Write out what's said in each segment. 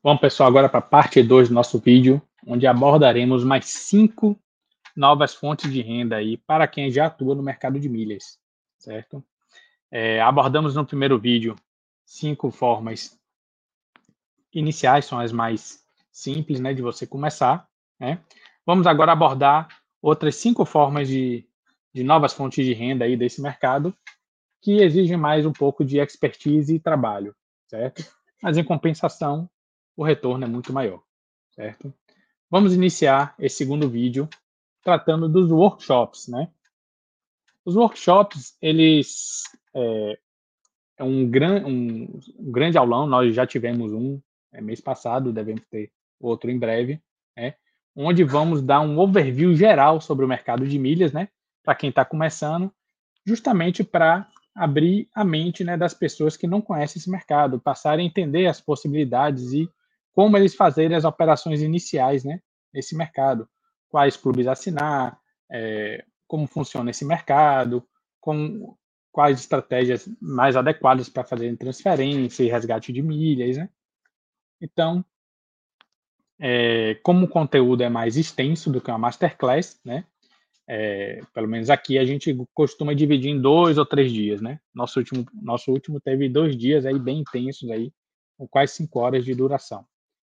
Bom, pessoal, agora para a parte 2 do nosso vídeo, onde abordaremos mais 5 novas fontes de renda aí para quem já atua no mercado de milhas, certo? Abordamos no primeiro vídeo 5 formas iniciais, são as mais simples, né, de você começar, né? Vamos agora abordar outras 5 formas de novas fontes de renda aí desse mercado, que exigem mais um pouco de expertise e trabalho, certo? Mas em compensação, o retorno é muito maior, certo? Vamos iniciar esse segundo vídeo tratando dos workshops, né? Os workshops, eles é um grande aulão, nós já tivemos um mês passado, devemos ter outro em breve, né? Onde vamos dar um overview geral sobre o mercado de milhas, né? Para quem está começando, justamente para abrir a mente, né, das pessoas que não conhecem esse mercado, passarem a entender as possibilidades e como eles fazerem as operações iniciais, né, nesse mercado, quais clubes assinar, como funciona esse mercado, com quais estratégias mais adequadas para fazer transferência e resgate de milhas, né? Então, como o conteúdo é mais extenso do que uma masterclass, né? Pelo menos aqui a gente costuma dividir em 2 ou 3 dias, né? Nosso último teve 2 dias aí bem intensos aí, com quase 5 horas de duração.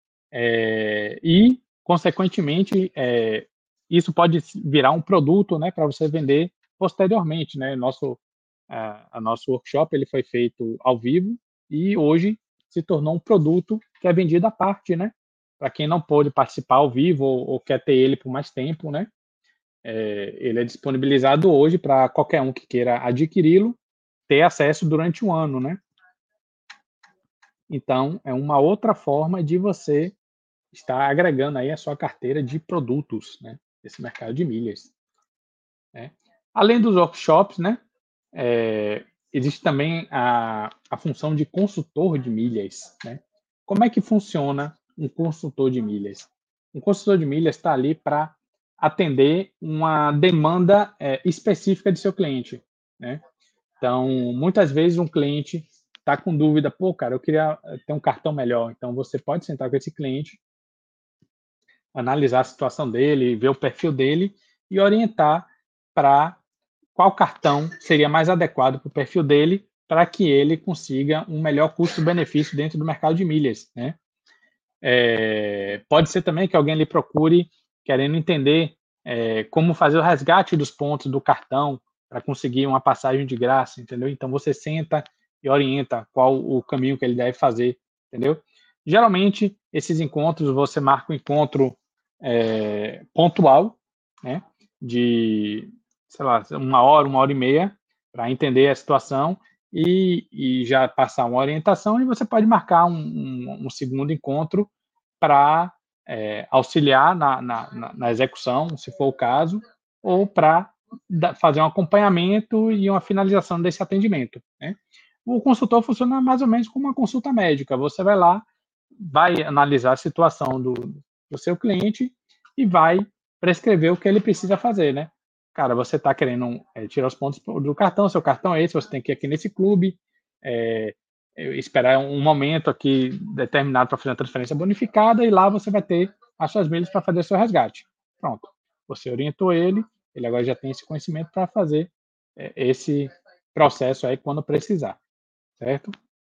E, consequentemente, isso pode virar um produto, né, para você vender posteriormente, né? Nosso workshop ele foi feito ao vivo e hoje se tornou um produto que é vendido à parte, né? Para quem não pôde participar ao vivo ou quer ter ele por mais tempo, né? Ele é disponibilizado hoje para qualquer um que queira adquiri-lo, ter acesso durante um ano, né? Então, é uma outra forma de você estar agregando aí a sua carteira de produtos, né? Esse mercado de milhas, né? Além dos workshops, né? Existe também a função de consultor de milhas, né? Como é que funciona um consultor de milhas? Um consultor de milhas está ali para atender uma demanda específica de seu cliente, né? Então, muitas vezes um cliente está com dúvida, pô, cara, eu queria ter um cartão melhor. Então, você pode sentar com esse cliente, analisar a situação dele, ver o perfil dele e orientar para qual cartão seria mais adequado para o perfil dele para que ele consiga um melhor custo-benefício dentro do mercado de milhas, né? Pode ser também que alguém lhe procure querendo entender como fazer o resgate dos pontos do cartão para conseguir uma passagem de graça, entendeu? Então você senta e orienta qual o caminho que ele deve fazer, entendeu? Geralmente esses encontros você marca um encontro pontual, né? De, sei lá, uma hora e meia para entender a situação e já passar uma orientação e você pode marcar um segundo encontro para auxiliar na execução, se for o caso, ou para fazer um acompanhamento e uma finalização desse atendimento, né? O consultor funciona mais ou menos como uma consulta médica. Você vai lá, vai analisar a situação do seu cliente e vai prescrever o que ele precisa fazer, né? Cara, você está querendo tirar os pontos do cartão, seu cartão é esse, você tem que ir aqui nesse clube, é, esperar um momento aqui determinado para fazer uma transferência bonificada e lá você vai ter as suas milhas para fazer seu resgate. Pronto. Você orientou ele agora já tem esse conhecimento para fazer esse processo aí quando precisar, certo?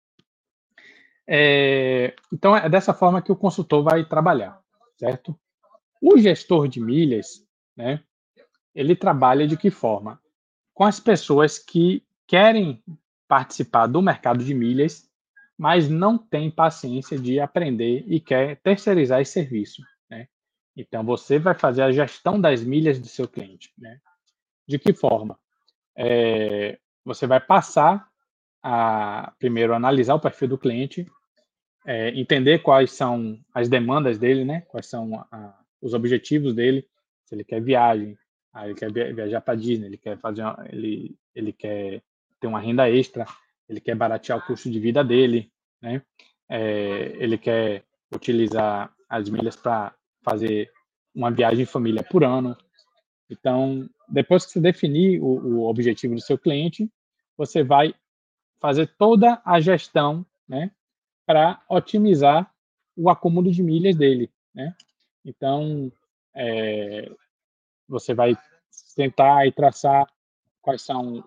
Então, é dessa forma que o consultor vai trabalhar, certo? O gestor de milhas, né, ele trabalha de que forma? Com as pessoas que querem participar do mercado de milhas, mas não têm paciência de aprender e quer terceirizar esse serviço, né? Então, você vai fazer a gestão das milhas do seu cliente, né? De que forma? Você vai passar a, primeiro, analisar o perfil do cliente, entender quais são as demandas dele, né? Quais são os objetivos dele, se ele quer viagem, ele quer viajar para Disney, ele quer ele quer ter uma renda extra, ele quer baratear o custo de vida dele, né? Ele quer utilizar as milhas para fazer uma viagem em família por ano. Então, depois que você definir o objetivo do seu cliente, você vai fazer toda a gestão, né, para otimizar o acúmulo de milhas dele, né? Então, você vai tentar aí traçar quais são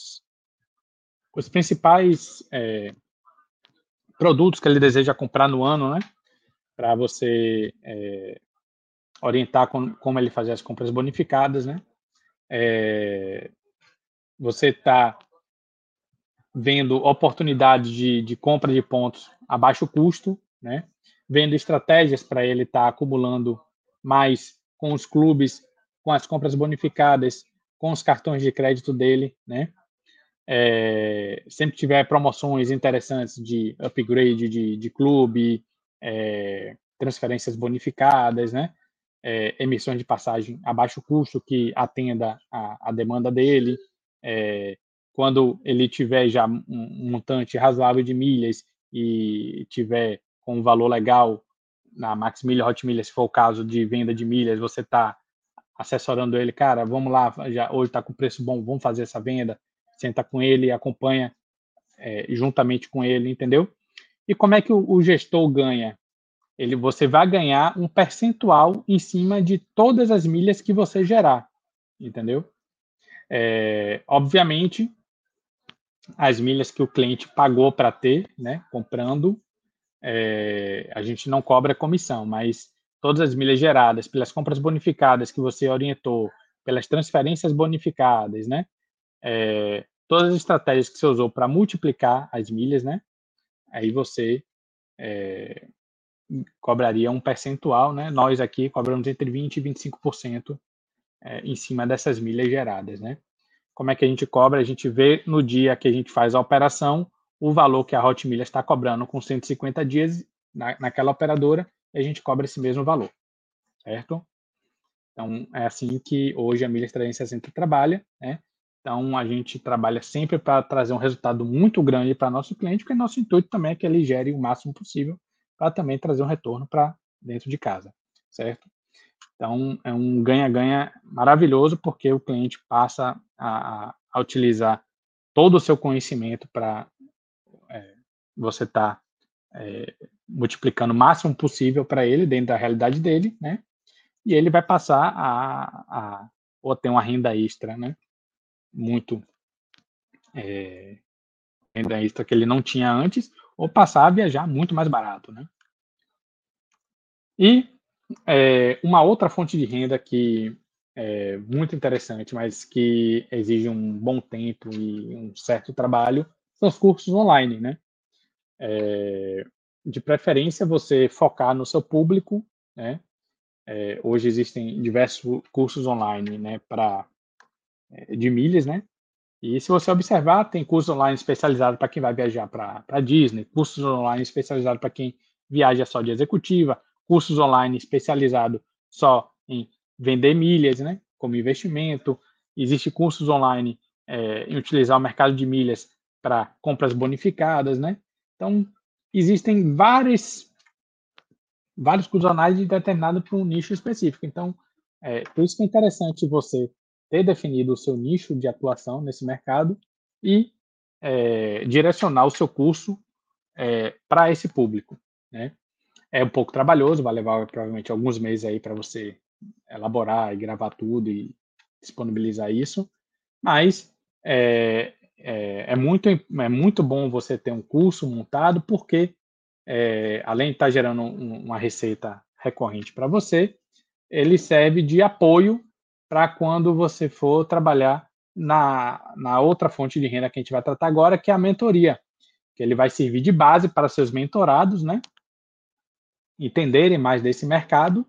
os principais produtos que ele deseja comprar no ano, né? Para você orientar como ele fazer as compras bonificadas, né? Você está vendo oportunidades de compra de pontos a baixo custo, né? Vendo estratégias para ele estar acumulando mais com os clubes, com as compras bonificadas, com os cartões de crédito dele, né? Sempre tiver promoções interessantes de upgrade de clube, transferências bonificadas, né? Emissões de passagem a baixo custo que atenda a demanda dele. Quando ele tiver já um montante razoável de milhas e tiver com um valor legal na Max Milha, Hot Milha, se for o caso de venda de milhas, você está assessorando ele, cara, vamos lá, já hoje está com preço bom, vamos fazer essa venda, senta com ele, acompanha juntamente com ele, entendeu? E como é que o gestor ganha? Você vai ganhar um percentual em cima de todas as milhas que você gerar, entendeu? Obviamente, as milhas que o cliente pagou para ter, né, comprando, a gente não cobra comissão, mas todas as milhas geradas pelas compras bonificadas que você orientou, pelas transferências bonificadas, né, todas as estratégias que você usou para multiplicar as milhas, né, aí você cobraria um percentual, né? Nós aqui cobramos entre 20% e 25% em cima dessas milhas geradas, né? Como é que a gente cobra? A gente vê no dia que a gente faz a operação o valor que a Hot Milhas está cobrando com 150 dias naquela operadora e a gente cobra esse mesmo valor, certo? Então, é assim que hoje a Milhas 360 trabalha, né? Então, a gente trabalha sempre para trazer um resultado muito grande para nosso cliente, porque nosso intuito também é que ele gere o máximo possível para também trazer um retorno para dentro de casa, certo? Então, é um ganha-ganha maravilhoso, porque o cliente passa a utilizar todo o seu conhecimento para você estar multiplicando o máximo possível para ele, dentro da realidade dele, né? E ele vai passar ou ter uma renda extra, né? Muito renda extra que ele não tinha antes, ou passar a viajar muito mais barato, né? E uma outra fonte de renda que é muito interessante, mas que exige um bom tempo e um certo trabalho, são os cursos online, né? De preferência, você focar no seu público, né? Hoje existem diversos cursos online, né, de milhas, né? E se você observar, tem cursos online especializados para quem vai viajar para Disney, cursos online especializados para quem viaja só de executiva, cursos online especializados só em vender milhas, né, como investimento. Existe cursos online em utilizar o mercado de milhas para compras bonificadas, né? Então, existem vários cursos online determinados para um nicho específico. Então, por isso que é interessante você ter definido o seu nicho de atuação nesse mercado e direcionar o seu curso para esse público, né? É um pouco trabalhoso, vai levar provavelmente alguns meses aí para você elaborar e gravar tudo e disponibilizar isso, mas é muito bom você ter um curso montado, porque além de estar gerando uma receita recorrente para você, ele serve de apoio para quando você for trabalhar na outra fonte de renda que a gente vai tratar agora, que é a mentoria, que ele vai servir de base para seus mentorados, né, entenderem mais desse mercado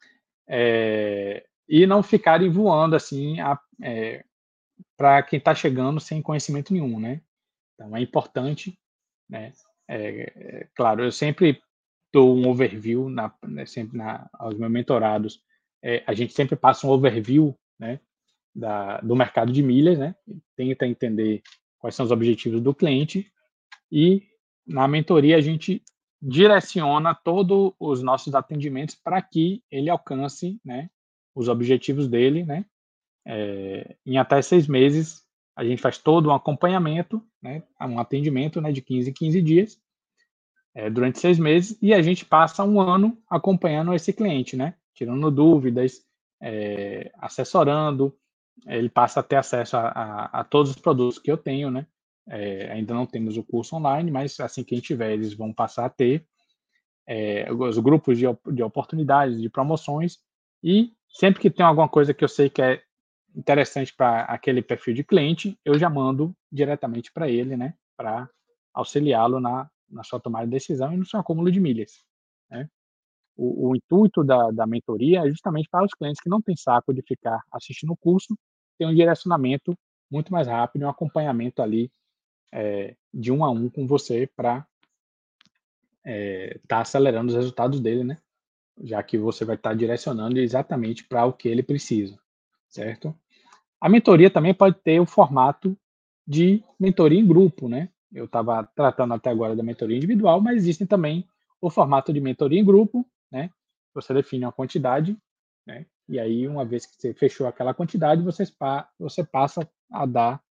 e não ficarem voando assim para quem está chegando sem conhecimento nenhum, né? Então é importante, né? Claro, eu sempre dou um overview sempre aos meus mentorados. A gente sempre passa um overview, né, do mercado de milhas, né? Tenta entender quais são os objetivos do cliente e na mentoria a gente direciona todos os nossos atendimentos para que ele alcance, né, os objetivos dele, né? Em até 6 meses a gente faz todo um acompanhamento, né, um atendimento, né, de 15 em 15 dias durante 6 meses, e a gente passa um ano acompanhando esse cliente, né? Tirando dúvidas, assessorando, ele passa a ter acesso a todos os produtos que eu tenho, né? Ainda não temos o curso online, mas assim que a gente tiver, eles vão passar a ter os grupos de oportunidades, de promoções, e sempre que tem alguma coisa que eu sei que é interessante para aquele perfil de cliente, eu já mando diretamente para ele, né? Para auxiliá-lo na sua tomada de decisão e no seu acúmulo de milhas, né? O intuito da mentoria é justamente para os clientes que não têm saco de ficar assistindo o curso, ter um direcionamento muito mais rápido, um acompanhamento ali de 1 a 1 com você para estar acelerando os resultados dele, né? Já que você vai estar direcionando exatamente para o que ele precisa, certo? A mentoria também pode ter o formato de mentoria em grupo, né? Eu estava tratando até agora da mentoria individual, mas existem também o formato de mentoria em grupo, né? Você define uma quantidade, né? E aí, uma vez que você fechou aquela quantidade, você passa a dar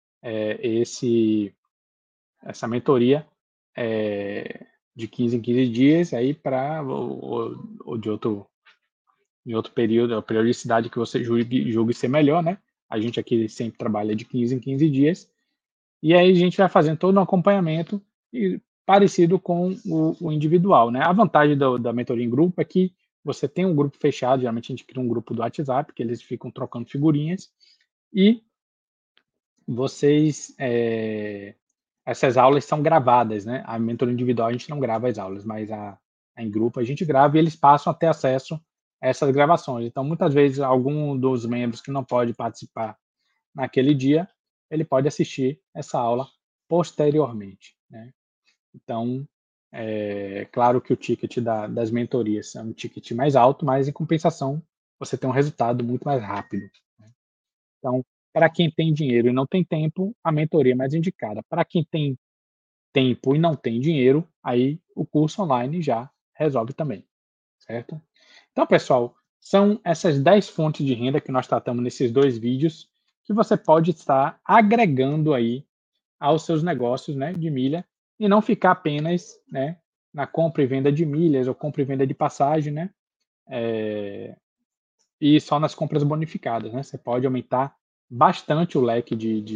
essa mentoria de 15 em 15 dias aí para ou de outro período, a periodicidade que você julgue ser melhor, né? A gente aqui sempre trabalha de 15 em 15 dias, e aí a gente vai fazendo todo um acompanhamento parecido com o individual, né? A vantagem da mentoria em grupo é que você tem um grupo fechado, geralmente a gente cria um grupo do WhatsApp, que eles ficam trocando figurinhas, e vocês, essas aulas são gravadas, né? A mentoria individual a gente não grava as aulas, mas a em grupo a gente grava e eles passam a ter acesso a essas gravações. Então, muitas vezes, algum dos membros que não pode participar naquele dia, ele pode assistir essa aula posteriormente, né? Então, claro que o ticket das mentorias é um ticket mais alto, mas em compensação você tem um resultado muito mais rápido. Né? Então, para quem tem dinheiro e não tem tempo, a mentoria é mais indicada. Para quem tem tempo e não tem dinheiro, aí o curso online já resolve também, certo? Então, pessoal, são essas 10 fontes de renda que nós tratamos nesses 2 vídeos que você pode estar agregando aí aos seus negócios, né, de milha e não ficar apenas, né, na compra e venda de milhas ou compra e venda de passagem, né, e só nas compras bonificadas, né? Você pode aumentar bastante o leque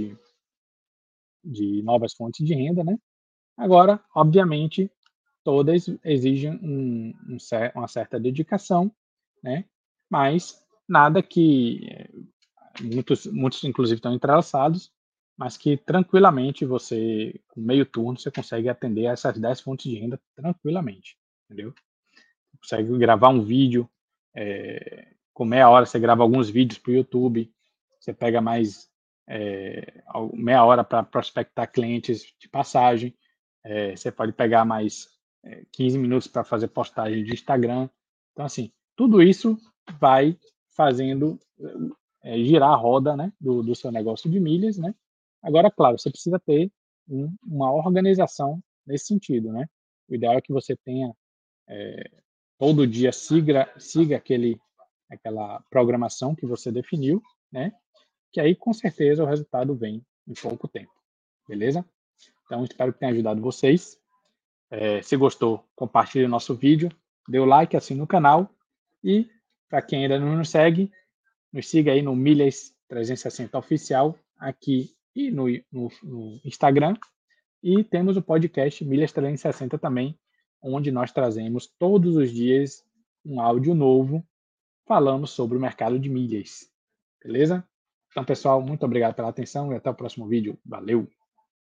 de novas fontes de renda, né? Agora, obviamente, todas exigem uma certa dedicação, né? Mas nada que muitos inclusive estão entrelaçados, mas que tranquilamente você, com meio turno, você consegue atender essas 10 fontes de renda tranquilamente, entendeu? Consegue gravar um vídeo, com meia hora você grava alguns vídeos para o YouTube, você pega mais meia hora para prospectar clientes de passagem, você pode pegar mais 15 minutos para fazer postagem de Instagram. Então, assim, tudo isso vai fazendo girar a roda, né, do seu negócio de milhas, né? Agora, claro, você precisa ter uma organização nesse sentido, né? O ideal é que você tenha todo dia siga aquela programação que você definiu, né? Que aí com certeza o resultado vem em pouco tempo, beleza? Então espero que tenha ajudado vocês. Se gostou, compartilhe o nosso vídeo, dê o like, assine o canal e para quem ainda não nos segue, nos siga aí no Milhas 360 Oficial aqui e no Instagram. E temos o podcast Milhas 360 também, onde nós trazemos todos os dias um áudio novo falando sobre o mercado de milhas. Beleza? Então, pessoal, muito obrigado pela atenção e até o próximo vídeo. Valeu!